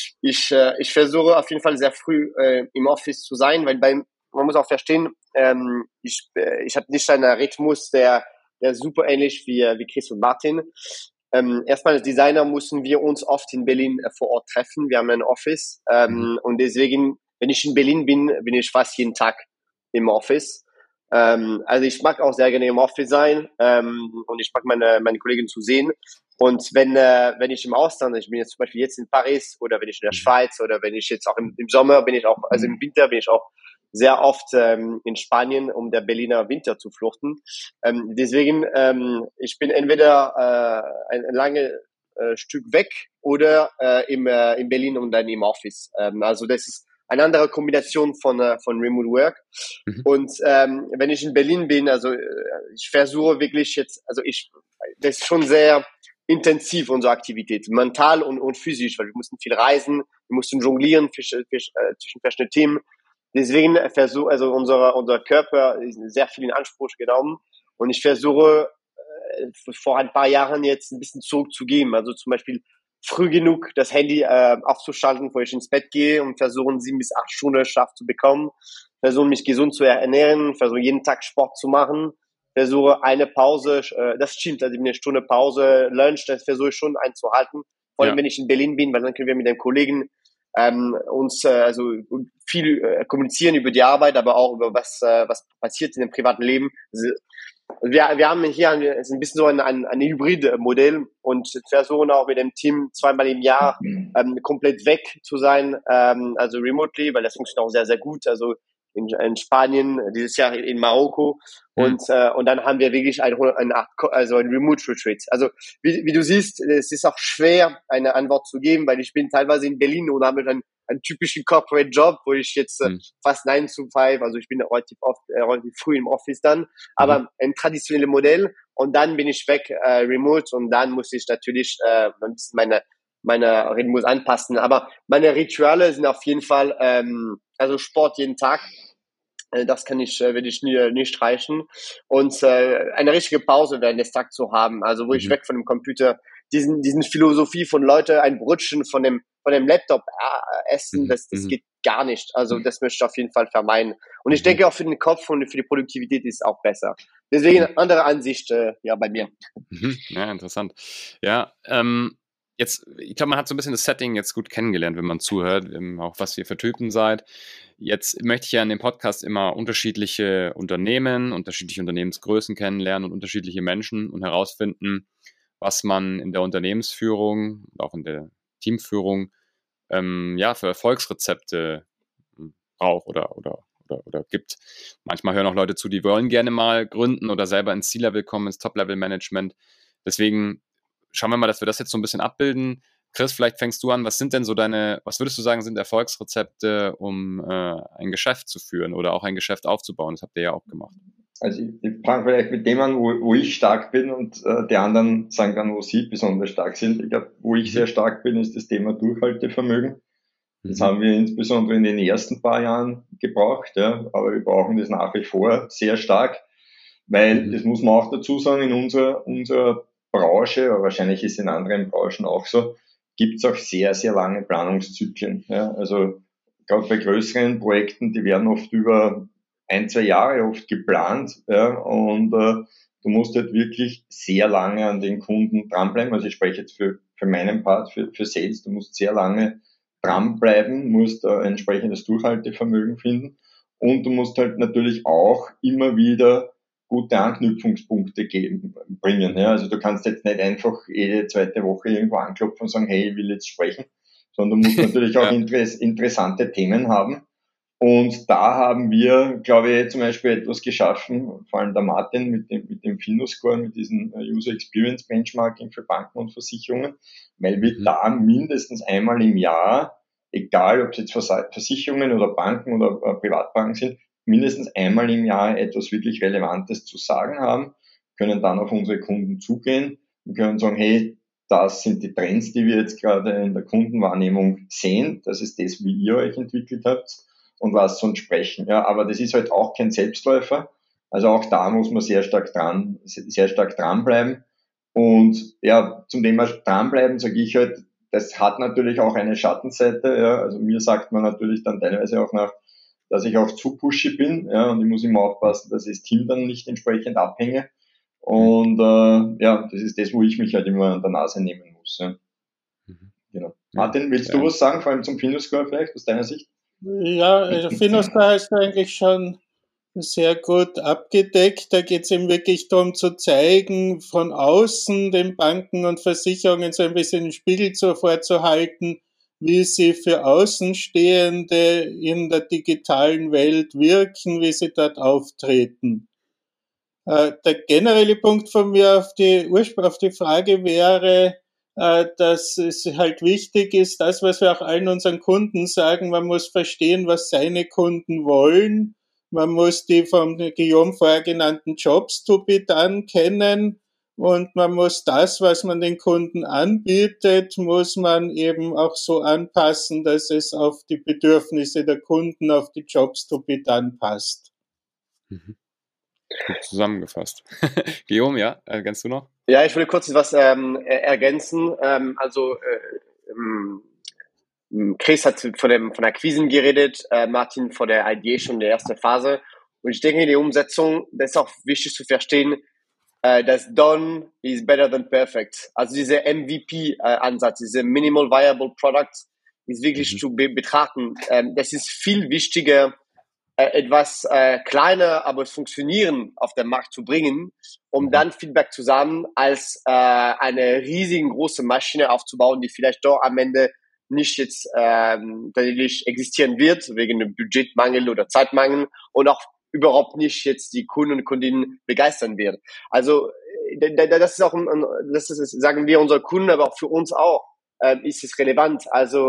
ich versuche auf jeden Fall sehr früh im Office zu sein, weil man muss auch verstehen, ich habe nicht einen Rhythmus, der super ähnlich wie Chris und Martin. Erstmal als Designer mussten wir uns oft in Berlin vor Ort treffen. Wir haben ein Office und deswegen, wenn ich in Berlin bin, bin ich fast jeden Tag im Office. Also ich mag auch sehr gerne im Office sein und ich mag meine Kollegen zu sehen. Und wenn ich im Ausland, ich bin jetzt zum Beispiel jetzt in Paris oder wenn ich in der Schweiz oder wenn ich jetzt auch im Sommer bin ich auch, also im Winter bin ich auch sehr oft in Spanien, um der Berliner Winter zu fluchten. Deswegen, ich bin entweder ein langes Stück weg oder in Berlin und dann im Office. Also das ist eine andere Kombination von Remote Work. Und wenn ich in Berlin bin, also ich versuche wirklich jetzt, also das ist schon sehr intensiv, unsere Aktivität, mental und physisch, weil wir mussten viel reisen, wir mussten jonglieren zwischen verschiedenen Themen. Deswegen also unser Körper ist sehr viel in Anspruch genommen und ich versuche vor ein paar Jahren jetzt ein bisschen zurückzugeben, also zum Beispiel früh genug das Handy aufzuschalten, bevor ich ins Bett gehe und versuchen 7 bis 8 Stunden Schlaf zu bekommen, versuchen mich gesund zu ernähren, versuchen jeden Tag Sport zu machen, versuche eine Pause, das stimmt, also eine Stunde Pause, Lunch, das versuche ich schon einzuhalten, vor allem wenn ich in Berlin bin, weil dann können wir mit den Kollegen uns also viel kommunizieren über die Arbeit, aber auch über was passiert in dem privaten Leben. Also, wir haben hier ist ein bisschen so ein Hybrid-Modell und versuchen auch mit dem Team 2-mal im Jahr komplett weg zu sein, also remotely, weil das funktioniert auch sehr, sehr gut. Also in Spanien, dieses Jahr in Marokko und dann haben wir wirklich ein Remote Retreat. Also wie du siehst, es ist auch schwer, eine Antwort zu geben, weil ich bin teilweise in Berlin und habe ein einen typischen Corporate Job, wo ich jetzt fast 9 to 5, also ich bin relativ früh im Office dann, aber ein traditionelles Modell und dann bin ich weg remote und dann muss ich natürlich ein bisschen meine Rhythmus anpassen. Aber meine Rituale sind auf jeden Fall also Sport jeden Tag. Das werde ich nie streichen. Und eine richtige Pause während des Tages zu haben, also wo ich weg von dem Computer, diesen Philosophie von Leute ein Brötchen von dem Laptop essen, das geht gar nicht. Also das möchte ich auf jeden Fall vermeiden. Und ich denke auch für den Kopf und für die Produktivität ist es auch besser. Deswegen andere Ansicht bei mir. Ja, interessant. Ja, jetzt, ich glaube, man hat so ein bisschen das Setting jetzt gut kennengelernt, wenn man zuhört, auch was ihr für Typen seid. Jetzt möchte ich ja in dem Podcast immer unterschiedliche Unternehmen, unterschiedliche Unternehmensgrößen kennenlernen und unterschiedliche Menschen und herausfinden, was man in der Unternehmensführung und auch in der Teamführung für Erfolgsrezepte braucht oder gibt. Manchmal hören auch Leute zu, die wollen gerne mal gründen oder selber ins C-Level kommen, ins Top-Level-Management. Deswegen schauen wir mal, dass wir das jetzt so ein bisschen abbilden. Chris, vielleicht fängst du an. Was würdest du sagen, sind Erfolgsrezepte, um ein Geschäft zu führen oder auch ein Geschäft aufzubauen? Das habt ihr ja auch gemacht. Also ich fange vielleicht mit dem an, wo ich stark bin und die anderen sagen dann, wo sie besonders stark sind. Ich glaube, wo ich sehr stark bin, ist das Thema Durchhaltevermögen. Das haben wir insbesondere in den ersten paar Jahren gebraucht, ja, aber wir brauchen das nach wie vor sehr stark, weil, das muss man auch dazu sagen, in unserer Branche, aber wahrscheinlich ist es in anderen Branchen auch so, gibt es auch sehr, sehr lange Planungszyklen. Ja. Also gerade bei größeren Projekten, die werden oft über 1-2 Jahre oft geplant, ja, und du musst halt wirklich sehr lange an den Kunden dranbleiben. Also ich spreche jetzt für meinen Part, für Sales, du musst sehr lange dranbleiben, musst entsprechendes Durchhaltevermögen finden und du musst halt natürlich auch immer wieder gute Anknüpfungspunkte bringen. Ja. Also du kannst jetzt nicht einfach jede zweite Woche irgendwo anklopfen und sagen, hey, ich will jetzt sprechen, sondern du musst natürlich auch interessante Themen haben. Und da haben wir, glaube ich, zum Beispiel etwas geschaffen, vor allem der Martin mit dem Finoscore, mit diesem User Experience Benchmarking für Banken und Versicherungen, weil wir da mindestens einmal im Jahr, egal ob es jetzt Versicherungen oder Banken oder Privatbanken sind, mindestens einmal im Jahr etwas wirklich Relevantes zu sagen haben, können dann auf unsere Kunden zugehen und können sagen, hey, das sind die Trends, die wir jetzt gerade in der Kundenwahrnehmung sehen, das ist das, wie ihr euch entwickelt habt und lasst uns sprechen. Ja, aber das ist halt auch kein Selbstläufer. Also auch da muss man sehr stark dranbleiben. Und ja, zum Thema dranbleiben sage ich halt, das hat natürlich auch eine Schattenseite. Ja. Also mir sagt man natürlich dann teilweise auch nach, dass ich auch zu pushy bin, ja, und ich muss immer aufpassen, dass ich das Team dann nicht entsprechend abhänge. Und das ist das, wo ich mich halt immer an der Nase nehmen muss. Ja. Genau. Martin, willst du was sagen, vor allem zum Finoscore vielleicht, aus deiner Sicht? Ja, also Finoscore ist eigentlich schon sehr gut abgedeckt. Da geht es eben wirklich darum zu zeigen, von außen den Banken und Versicherungen so ein bisschen den Spiegel vorzuhalten, wie sie für Außenstehende in der digitalen Welt wirken, wie sie dort auftreten. Der generelle Punkt von mir auf die Frage wäre, dass es halt wichtig ist, das, was wir auch allen unseren Kunden sagen, man muss verstehen, was seine Kunden wollen. Man muss die vom Guillaume vorher genannten Jobs to be done kennen und man muss das, was man den Kunden anbietet, muss man eben auch so anpassen, dass es auf die Bedürfnisse der Kunden, auf die Jobs to be done passt. Gut zusammengefasst. Guillaume, ja, ergänzt du noch? Ja, ich will kurz was ergänzen. Chris hat von Akquisen geredet, Martin von der Ideation, der ersten Phase. Und ich denke, in der Umsetzung, das ist auch wichtig zu verstehen, dass done is better than perfect. Also dieser MVP-Ansatz, diese Minimal Viable Product ist wirklich zu betrachten. Das ist viel wichtiger, etwas kleiner, aber es funktionieren auf den Markt zu bringen, um dann Feedback zu sammeln, als eine riesengroße Maschine aufzubauen, die vielleicht doch am Ende nicht jetzt tatsächlich existieren wird, wegen einem Budgetmangel oder Zeitmangel und auch überhaupt nicht jetzt die Kunden und Kundinnen begeistern wird. Also das ist auch, sagen wir unsere Kunden, aber auch für uns auch, ist es relevant. Also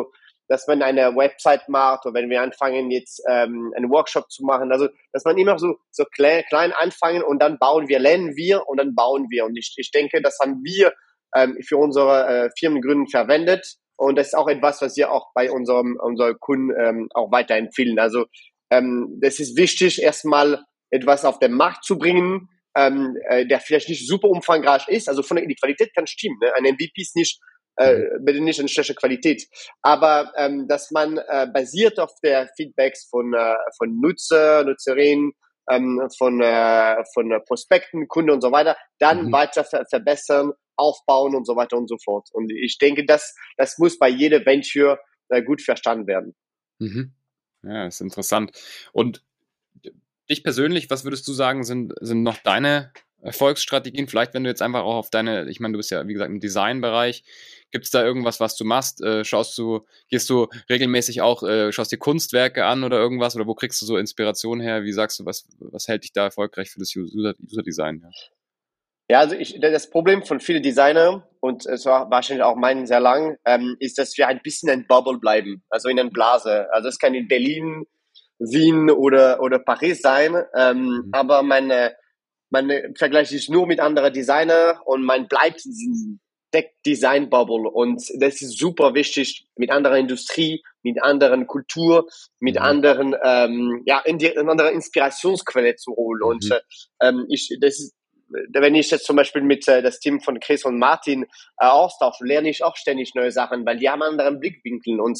dass man eine Website macht oder wenn wir anfangen jetzt einen Workshop zu machen, also dass man immer so klein anfangen und dann lernen wir und dann bauen wir. Und ich denke, das haben wir für unsere Firmengründen verwendet und das ist auch etwas, was wir auch bei unseren Kunden auch weiterempfehlen. Also das ist wichtig, erstmal etwas auf den Markt zu bringen, der vielleicht nicht super umfangreich ist. Also die Qualität kann stimmen. Ne? Ein MVP ist bitte nicht eine schlechte Qualität. Aber dass man basiert auf der Feedbacks von Nutzer, Nutzerinnen, von Prospekten, Kunden und so weiter, dann weiter verbessern, aufbauen und so weiter und so fort. Und ich denke, das muss bei jeder Venture gut verstanden werden. Mhm. Ja, ist interessant. Und dich persönlich, was würdest du sagen, sind noch deine Erfolgsstrategien? Vielleicht, wenn du jetzt einfach auch auf ich meine, du bist ja, wie gesagt, im Designbereich. Gibt es da irgendwas, was du machst? Gehst du regelmäßig auch, schaust dir Kunstwerke an oder irgendwas? Oder wo kriegst du so Inspiration her? Wie sagst du, was hält dich da erfolgreich für das User-Design? Ja? Ja, also das Problem von vielen Designern, und es war wahrscheinlich auch meinen sehr lang, ist, dass wir ein bisschen in Bubble bleiben, also in einer Blase. Also es kann in Berlin, Wien oder Paris sein, aber man vergleicht sich nur mit anderen Designern und man bleibt in diesem Design-Bubble und das ist super wichtig, mit anderer Industrie, mit anderen Kultur, mit anderen, andere Inspirationsquelle zu holen. Und wenn ich jetzt zum Beispiel mit das Team von Chris und Martin austausche, lerne ich auch ständig neue Sachen, weil die haben einen anderen Blickwinkel und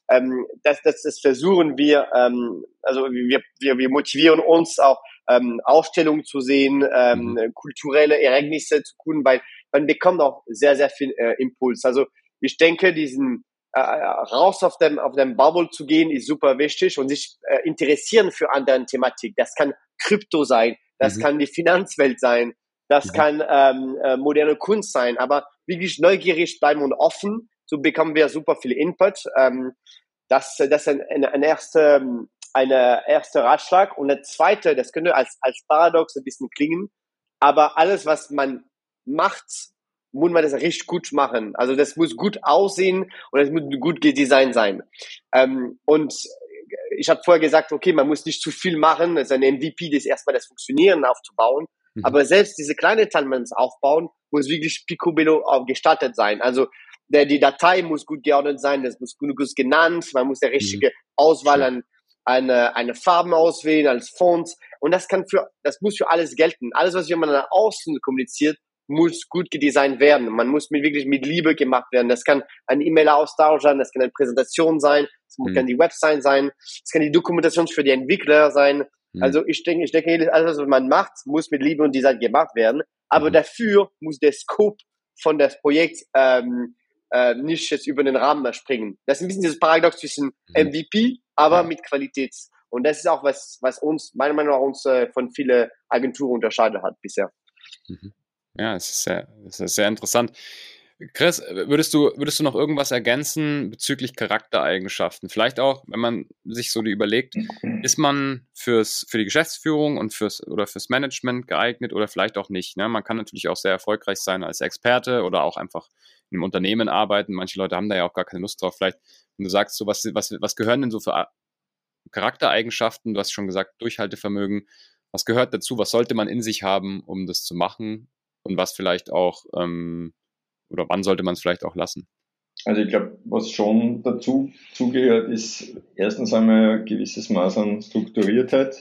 das versuchen wir, also wir motivieren uns auch, Ausstellungen zu sehen, kulturelle Ereignisse zu tun, weil man bekommt auch sehr, sehr viel Impuls. Also ich denke, diesen raus auf dem Bubble zu gehen, ist super wichtig und sich interessieren für andere Thematik. Das kann Krypto sein, das kann die Finanzwelt sein, das kann moderne Kunst sein, aber wirklich neugierig bleiben und offen, so bekommen wir super viel Input. Das ist ein erster Ratschlag. Und der zweite, das könnte als Paradox ein bisschen klingen, aber alles, was man macht, muss man das richtig gut machen. Also das muss gut aussehen und es muss gut gedesignt sein. Und ich habe vorher gesagt, okay, man muss nicht zu viel machen, das ist ein MVP, das erstmal das Funktionieren aufzubauen. Aber selbst diese kleine Teil, man es aufbauen, muss wirklich picobello gestaltet sein. Also die Datei muss gut geordnet sein, das muss gut genannt, man muss der richtige Auswahl an eine Farben auswählen als Font und das muss für alles gelten. Alles, was man nach außen kommuniziert, muss gut gedesignt werden. Man muss wirklich mit Liebe gemacht werden. Das kann ein E-Mail-Austausch sein, das kann eine Präsentation sein, das kann die Website sein, das kann die Dokumentation für die Entwickler sein. Also ich denke, alles, was man macht, muss mit Liebe und Design gemacht werden. Aber dafür muss der Scope von das Projekt nicht jetzt über den Rahmen springen. Das ist ein bisschen dieses Paradox zwischen MVP, aber mit Qualität. Und das ist auch was uns, meiner Meinung nach, von vielen Agenturen unterscheidet hat bisher. Ja, es ist sehr interessant. Chris, würdest du noch irgendwas ergänzen bezüglich Charaktereigenschaften? Vielleicht auch, wenn man sich so überlegt, ist man für die Geschäftsführung und fürs Management geeignet oder vielleicht auch nicht? Ne? Man kann natürlich auch sehr erfolgreich sein als Experte oder auch einfach in einem Unternehmen arbeiten. Manche Leute haben da ja auch gar keine Lust drauf. Vielleicht, wenn du sagst, so was gehören denn so für Charaktereigenschaften? Du hast schon gesagt, Durchhaltevermögen. Was gehört dazu? Was sollte man in sich haben, um das zu machen? Und was vielleicht auch oder wann sollte man es vielleicht auch lassen? Also ich glaube, was schon dazu zugehört, ist erstens einmal ein gewisses Maß an Strukturiertheit,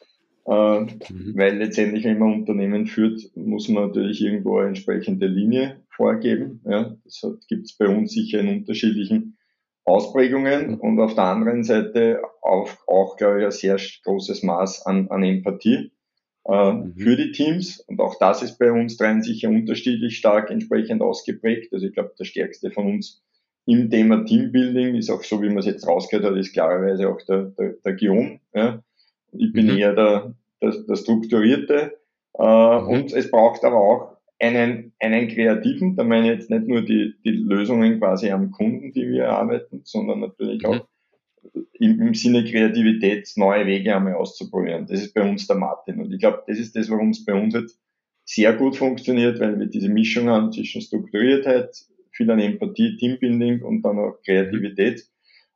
weil letztendlich, wenn man ein Unternehmen führt, muss man natürlich irgendwo eine entsprechende Linie vorgeben. Ja, das gibt es bei uns sicher in unterschiedlichen Ausprägungen und auf der anderen Seite auch glaube ich, ein sehr großes Maß an Empathie für die Teams. Und auch das ist bei uns dreien sicher unterschiedlich stark entsprechend ausgeprägt. Also ich glaube, der stärkste von uns im Thema Teambuilding ist auch so, wie man es jetzt rausgehört hat, ist klarerweise auch der Guillaume. Ja. Ich bin eher der Strukturierte. Und es braucht aber auch einen Kreativen, da meine ich jetzt nicht nur die Lösungen quasi am Kunden, die wir erarbeiten, sondern natürlich auch im Sinne Kreativität neue Wege einmal auszuprobieren. Das ist bei uns der Martin. Und ich glaube, das ist das, warum es bei uns jetzt sehr gut funktioniert, weil wir diese Mischung haben zwischen Strukturiertheit, viel an Empathie, Teambuilding und dann auch Kreativität.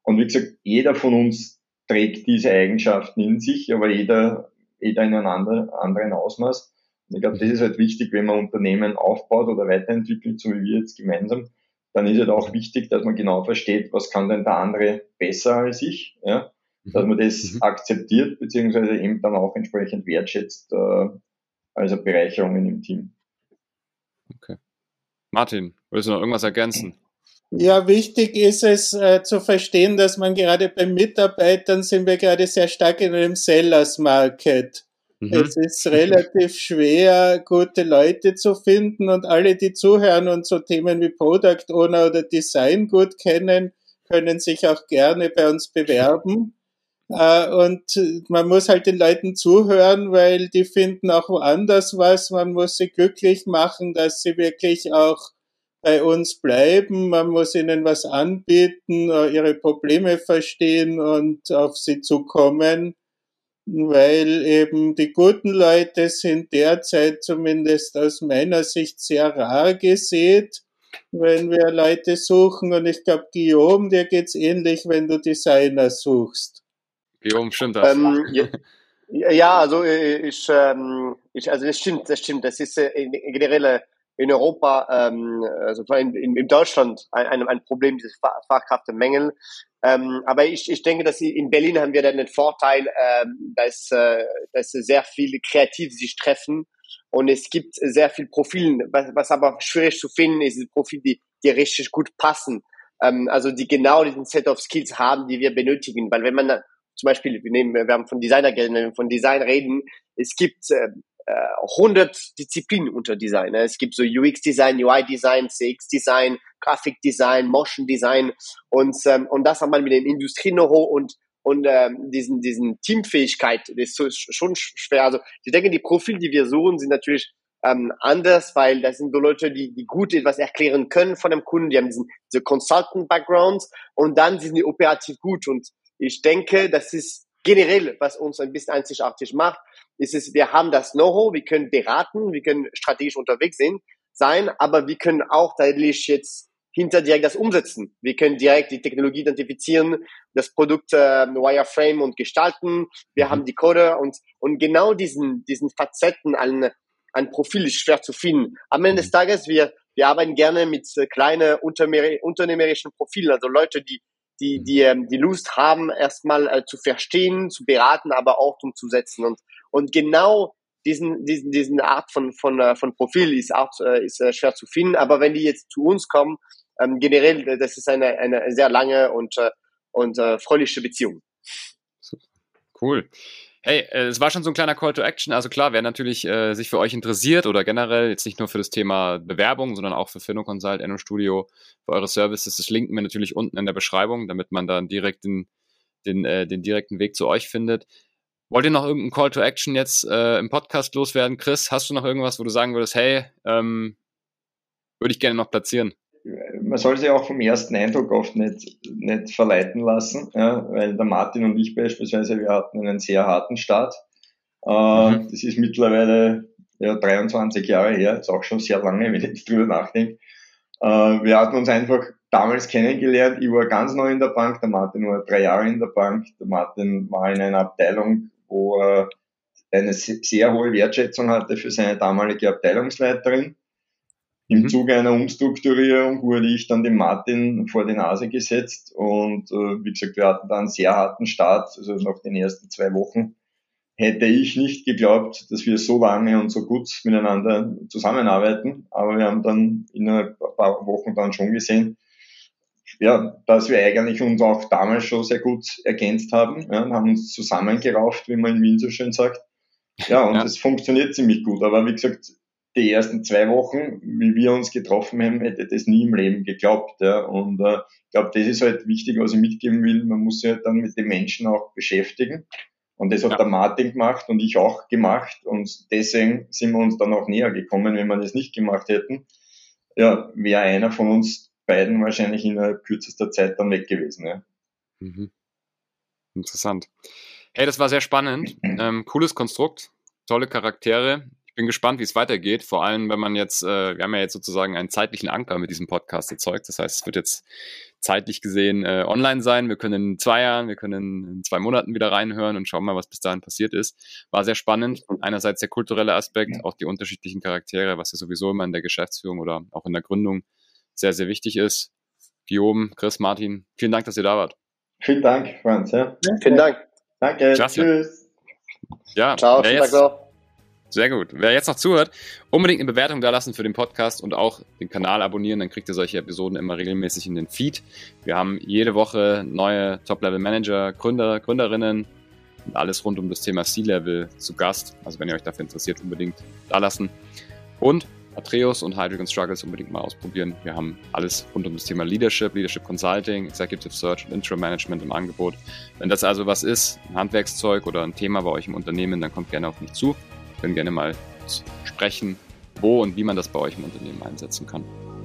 Und wie gesagt, jeder von uns trägt diese Eigenschaften in sich, aber jeder in einem anderen Ausmaß. Und ich glaube, das ist halt wichtig, wenn man Unternehmen aufbaut oder weiterentwickelt, so wie wir jetzt gemeinsam, dann ist halt auch wichtig, dass man genau versteht, was kann denn der andere besser als ich, ja, dass man das akzeptiert, beziehungsweise eben dann auch entsprechend wertschätzt, also Bereicherungen im Team. Okay. Martin, willst du noch irgendwas ergänzen? Ja, wichtig ist es zu verstehen, dass man gerade bei Mitarbeitern sind wir gerade sehr stark in einem Sellers Market. Es ist relativ schwer, gute Leute zu finden, und alle, die zuhören und so Themen wie Product Owner oder Design gut kennen, können sich auch gerne bei uns bewerben. Und man muss halt den Leuten zuhören, weil die finden auch woanders was. Man muss sie glücklich machen, dass sie wirklich auch bei uns bleiben. Man muss ihnen was anbieten, ihre Probleme verstehen und auf sie zukommen, weil eben die guten Leute sind derzeit zumindest aus meiner Sicht sehr rar gesät, wenn wir Leute suchen. Und ich glaube, Guillaume, dir geht's ähnlich, wenn du Designer suchst. Guillaume, stimmt das? Ja, also also das stimmt. Das ist generell in Europa, also vor allem in Deutschland ein Problem, dieses Fachkräftemängel. Aber ich denke, dass in Berlin haben wir dann den Vorteil, dass sehr viele Kreative sich treffen, und es gibt sehr viel Profilen. Was aber schwierig zu finden ist, Profile, die richtig gut passen. Also die genau diesen Set of Skills haben, die wir benötigen. Weil wenn man zum Beispiel, wir haben von Designer geredet, wenn wir von Design reden, es gibt 100 Disziplinen unter Design. Es gibt so UX-Design, UI-Design, CX-Design, Grafik-Design, Motion-Design, und das hat man mit dem Industrie-Know-how und diesen Teamfähigkeit, das ist so schon schwer. Also ich denke, die Profile, die wir suchen, sind natürlich anders, weil das sind so Leute, die gut etwas erklären können von dem Kunden, die haben diese Consultant-Backgrounds, und dann sind die operativ gut. Und ich denke, das ist generell, was uns ein bisschen einzigartig macht, ist es, wir haben das Know-how, wir können beraten, wir können strategisch unterwegs sein, aber wir können auch tatsächlich jetzt hinter direkt das umsetzen. Wir können direkt die Technologie identifizieren, das Produkt wireframe und gestalten. Wir haben die Coder, und genau diesen Facetten an Profil ist schwer zu finden. Am Ende des Tages, wir arbeiten gerne mit kleinen unternehmerischen Profilen, also Leute, die Lust haben, erstmal zu verstehen, zu beraten, aber auch umzusetzen. Und genau diesen Art von Profil ist schwer zu finden. Aber wenn die jetzt zu uns kommen, generell, das ist eine sehr lange und fröhliche Beziehung. Cool. Hey, es war schon so ein kleiner Call to Action. Also klar, wer natürlich sich für euch interessiert oder generell jetzt nicht nur für das Thema Bewerbung, sondern auch für FinnoConsult, Enno-Studio, für eure Services, das linken wir natürlich unten in der Beschreibung, damit man dann direkt den direkten Weg zu euch findet. Wollt ihr noch irgendeinen Call to Action jetzt im Podcast loswerden? Chris, hast du noch irgendwas, wo du sagen würdest, hey, würde ich gerne noch platzieren? Man soll sich auch vom ersten Eindruck oft nicht verleiten lassen, ja, weil der Martin und ich beispielsweise, wir hatten einen sehr harten Start. Das ist mittlerweile 23 Jahre her, ist auch schon sehr lange, wenn ich jetzt drüber nachdenke. Wir hatten uns einfach damals kennengelernt. Ich war ganz neu in der Bank, der Martin war 3 Jahre in der Bank. Der Martin war in einer Abteilung, wo er eine sehr hohe Wertschätzung hatte für seine damalige Abteilungsleiterin. Im Zuge einer Umstrukturierung wurde ich dann dem Martin vor die Nase gesetzt, und wie gesagt, wir hatten da einen sehr harten Start. Also nach den ersten 2 Wochen hätte ich nicht geglaubt, dass wir so lange und so gut miteinander zusammenarbeiten, aber wir haben dann in ein paar Wochen dann schon gesehen, ja, dass wir eigentlich uns auch damals schon sehr gut ergänzt haben, ja, und haben uns zusammengerauft, wie man in Wien so schön sagt. Ja, und das funktioniert ziemlich gut, aber wie gesagt, die ersten 2 Wochen, wie wir uns getroffen haben, hätte das nie im Leben geglaubt. Ja. Und ich glaube, das ist halt wichtig, was ich mitgeben will. Man muss sich halt dann mit den Menschen auch beschäftigen. Und das hat der Martin gemacht und ich auch gemacht. Und deswegen sind wir uns dann auch näher gekommen. Wenn wir das nicht gemacht hätten, ja, wäre einer von uns beiden wahrscheinlich innerhalb kürzester Zeit dann weg gewesen. Ja. Interessant. Hey, das war sehr spannend. Cooles Konstrukt, tolle Charaktere. Ich bin gespannt, wie es weitergeht. Vor allem, wenn man jetzt, wir haben ja jetzt sozusagen einen zeitlichen Anker mit diesem Podcast erzeugt. Das heißt, es wird jetzt zeitlich gesehen online sein. Wir können in 2 Jahren, wir können in 2 Monaten wieder reinhören und schauen mal, was bis dahin passiert ist. War sehr spannend. Einerseits der kulturelle Aspekt, auch die unterschiedlichen Charaktere, was ja sowieso immer in der Geschäftsführung oder auch in der Gründung sehr, sehr wichtig ist. Guillaume, Chris, Martin, vielen Dank, dass ihr da wart. Vielen Dank, Franz. Ja. Vielen Dank. Danke. Klasse. Tschüss. Ja, Ciao, vielen Dank noch. Sehr gut. Wer jetzt noch zuhört, unbedingt eine Bewertung da lassen für den Podcast und auch den Kanal abonnieren, dann kriegt ihr solche Episoden immer regelmäßig in den Feed. Wir haben jede Woche neue Top-Level-Manager, Gründer, Gründerinnen und alles rund um das Thema C-Level zu Gast. Also wenn ihr euch dafür interessiert, unbedingt da lassen. Und Atreus und Heidrick & Struggles unbedingt mal ausprobieren. Wir haben alles rund um das Thema Leadership, Leadership Consulting, Executive Search und Interim Management im Angebot. Wenn das also was ist, ein Handwerkszeug oder ein Thema bei euch im Unternehmen, dann kommt gerne auf mich zu. Wir können gerne mal sprechen, wo und wie man das bei euch im Unternehmen einsetzen kann.